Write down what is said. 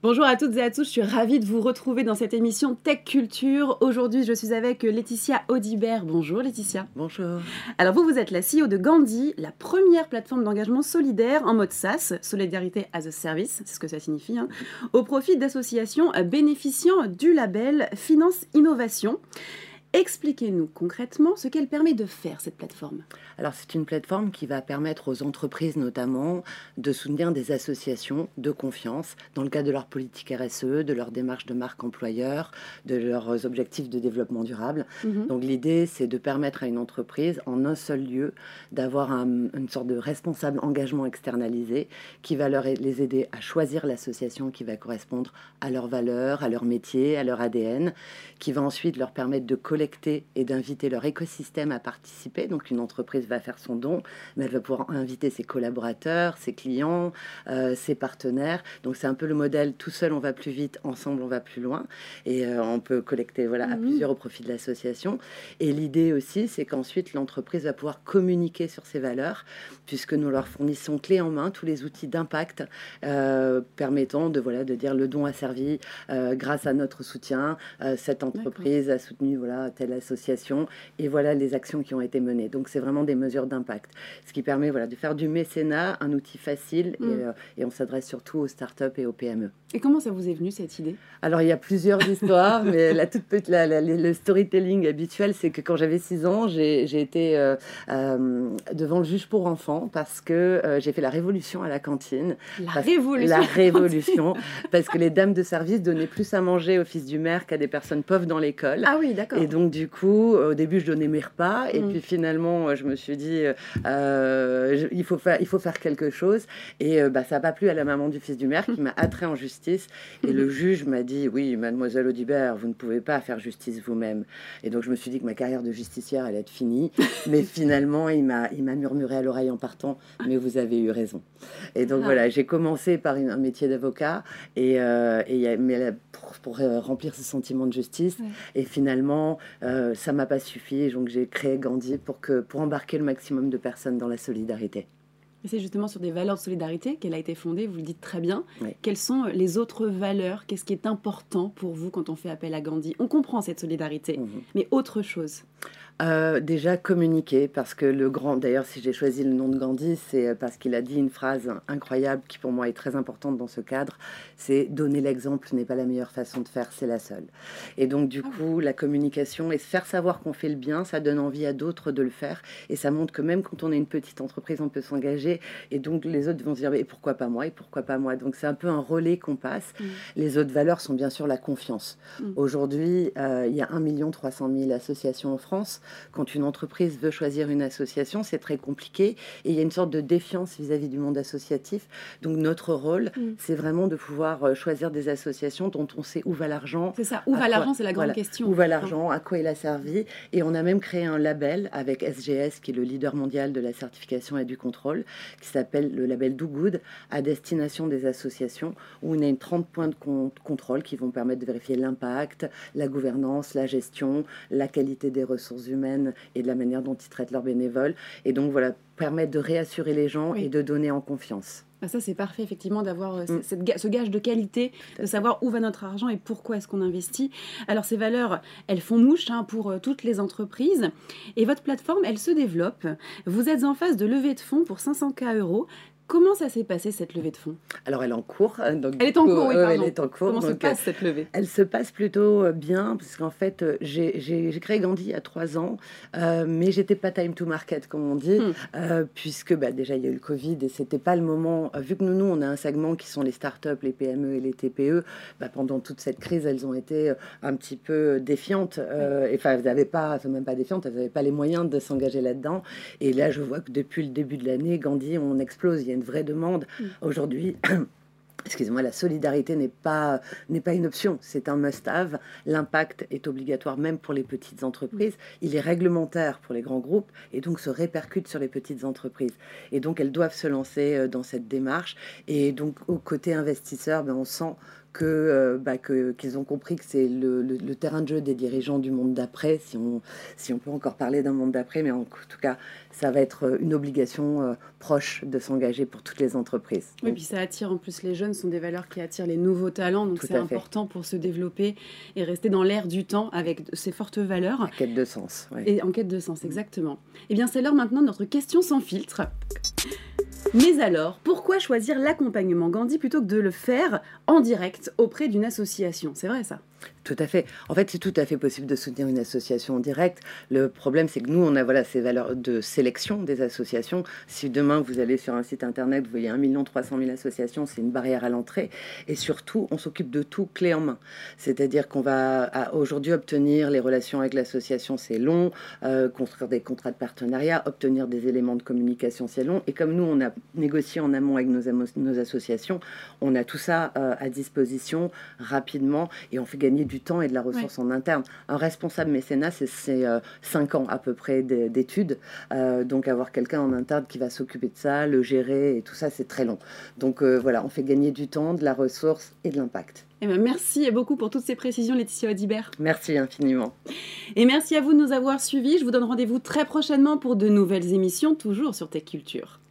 Bonjour à toutes et à tous, je suis ravie de vous retrouver dans cette émission Tech Culture. Aujourd'hui, je suis avec Laetitia Audibert. Bonjour Laetitia. Bonjour. Alors vous êtes la CEO de Gandhi, la première plateforme d'engagement solidaire en mode SaaS, Solidarité as a Service, c'est ce que ça signifie, au profit d'associations bénéficiant du label Finance Innovation. Expliquez-nous concrètement ce qu'elle permet de faire, cette plateforme. Alors, c'est une plateforme qui va permettre aux entreprises, notamment, de soutenir des associations de confiance dans le cadre de leur politique RSE, de leur démarche de marque employeur, de leurs objectifs de développement durable. Donc, l'idée, c'est de permettre à une entreprise, en un seul lieu, d'avoir une sorte de responsable engagement externalisé qui va les aider à choisir l'association qui va correspondre à leurs valeurs, à leur métier, à leur ADN, qui va ensuite leur permettre de collecter et d'inviter leur écosystème à participer. Donc une entreprise va faire son don, mais elle va pouvoir inviter ses collaborateurs, ses clients, ses partenaires. Donc c'est un peu le modèle tout seul on va plus vite, ensemble on va plus loin. Et on peut collecter à plusieurs au profit de l'association. Et l'idée aussi, c'est qu'ensuite l'entreprise va pouvoir communiquer sur ses valeurs, puisque nous leur fournissons clé en main tous les outils d'impact permettant de dire le don a servi grâce à notre soutien, cette entreprise a soutenu telle association, et voilà les actions qui ont été menées. Donc c'est vraiment des mesures d'impact, ce qui permet de faire du mécénat un outil facile, et on s'adresse surtout aux startups et aux PME. Et comment ça vous est venu cette idée? Alors il y a plusieurs histoires, mais le storytelling habituel, c'est que quand j'avais 6 ans, j'ai été devant le juge pour enfants parce que j'ai fait la révolution à la cantine. La révolution, parce que les dames de service donnaient plus à manger au fils du maire qu'à des personnes pauvres dans l'école. Ah oui, d'accord. Et donc du coup, au début, je donnais mes repas, et puis finalement, je me suis dit, il faut faire quelque chose. Et ça n'a pas plu à la maman du fils du maire qui m'a attrait en justice. Et le juge m'a dit, oui, mademoiselle Audibert, vous ne pouvez pas faire justice vous-même. Et donc je me suis dit que ma carrière de justicière allait être finie. Mais finalement, il m'a murmuré à l'oreille en partant, mais vous avez eu raison. Et donc j'ai commencé par un métier d'avocat pour remplir ce sentiment de justice. Ouais. Et finalement, ça m'a pas suffi. Donc j'ai créé Gandhi pour embarquer le maximum de personnes dans la solidarité. Et c'est justement sur des valeurs de solidarité qu'elle a été fondée, vous le dites très bien. Oui. Quelles sont les autres valeurs? Qu'est-ce qui est important pour vous quand on fait appel à Gandhi? On comprend cette solidarité, mais autre chose. Déjà communiquer, parce que d'ailleurs si j'ai choisi le nom de Gandhi, c'est parce qu'il a dit une phrase incroyable qui pour moi est très importante dans ce cadre, c'est donner l'exemple n'est pas la meilleure façon de faire, c'est la seule. Et donc du coup la communication et faire savoir qu'on fait le bien, ça donne envie à d'autres de le faire, et ça montre que même quand on est une petite entreprise, on peut s'engager, et donc les autres vont se dire et pourquoi pas moi, et pourquoi pas moi. Donc c'est un peu un relais qu'on passe. Les autres valeurs sont bien sûr la confiance. Aujourd'hui il y a 1 300 000 associations en France. Quand une entreprise veut choisir une association, c'est très compliqué, et il y a une sorte de défiance vis-à-vis du monde associatif. Donc notre rôle, c'est vraiment de pouvoir choisir des associations dont on sait où va l'argent. C'est ça, où va l'argent, c'est la grande question. Où va l'argent, à quoi il a servi. Et on a même créé un label avec SGS, qui est le leader mondial de la certification et du contrôle, qui s'appelle le label Do Good, à destination des associations, où on a 30 points de contrôle qui vont permettre de vérifier l'impact, la gouvernance, la gestion, la qualité des ressources humaines et de la manière dont ils traitent leurs bénévoles. Et donc permettre de réassurer les gens et de donner en confiance. Ça, c'est parfait, effectivement, d'avoir ce gage de qualité, de savoir où va notre argent et pourquoi est-ce qu'on investit. Alors, ces valeurs, elles font mouche pour toutes les entreprises. Et votre plateforme, elle se développe. Vous êtes en phase de levée de fonds pour 500K €. Comment ça s'est passé, cette levée de fonds? Alors, elle est en cours. Donc, elle est en cours, oui, pardon. Elle est en cours. Comment se passe cette levée? Elle se passe plutôt bien, parce qu'en fait, j'ai créé Gandhi il y a 3 ans, mais j'étais pas time to market, comme on dit, puisque déjà, il y a eu le Covid, et c'était pas le moment. Vu que nous, on a un segment qui sont les startups, les PME et les TPE, pendant toute cette crise, elles ont été un petit peu défiantes. Enfin, elles n'avaient pas, même pas défiantes, elles n'avaient pas les moyens de s'engager là-dedans. Et là, je vois que depuis le début de l'année, Gandhi, on explose. Il y a une vraie demande. Aujourd'hui, excusez-moi, la solidarité n'est pas une option, c'est un must-have. L'impact est obligatoire même pour les petites entreprises. Il est réglementaire pour les grands groupes, et donc se répercute sur les petites entreprises. Et donc, elles doivent se lancer dans cette démarche. Et donc, au côté investisseur, on sent qu'ils ont compris que c'est le terrain de jeu des dirigeants du monde d'après, si on peut encore parler d'un monde d'après, mais en tout cas, ça va être une obligation proche de s'engager pour toutes les entreprises. Oui, puis ça attire en plus les jeunes, ce sont des valeurs qui attirent les nouveaux talents, donc c'est important pour se développer et rester dans l'air du temps avec ces fortes valeurs. En quête de sens. Ouais. Et en quête de sens, exactement. Eh bien, c'est l'heure maintenant de notre question sans filtre. Mais alors, pourquoi choisir l'accompagnement Gandhi plutôt que de le faire en direct auprès d'une association? C'est vrai ça? Tout à fait. En fait, c'est tout à fait possible de soutenir une association en direct. Le problème, c'est que nous, on a ces valeurs de sélection des associations. Si demain, vous allez sur un site internet, vous voyez 1 300 000 associations, c'est une barrière à l'entrée. Et surtout, on s'occupe de tout clé en main. C'est-à-dire qu'on va aujourd'hui obtenir les relations avec l'association, c'est long. Construire des contrats de partenariat, obtenir des éléments de communication, c'est long. Et comme nous, on a négocié en amont avec nos associations, on a tout ça à disposition rapidement et on fait gagner du temps et de la ressource en interne. Un responsable mécénat, c'est 5 ans à peu près d'études. Donc avoir quelqu'un en interne qui va s'occuper de ça, le gérer et tout ça, c'est très long. Donc voilà, on fait gagner du temps, de la ressource et de l'impact. Eh bien, merci beaucoup pour toutes ces précisions, Laetitia Audibert. Merci infiniment. Et merci à vous de nous avoir suivis. Je vous donne rendez-vous très prochainement pour de nouvelles émissions, toujours sur Tech Culture.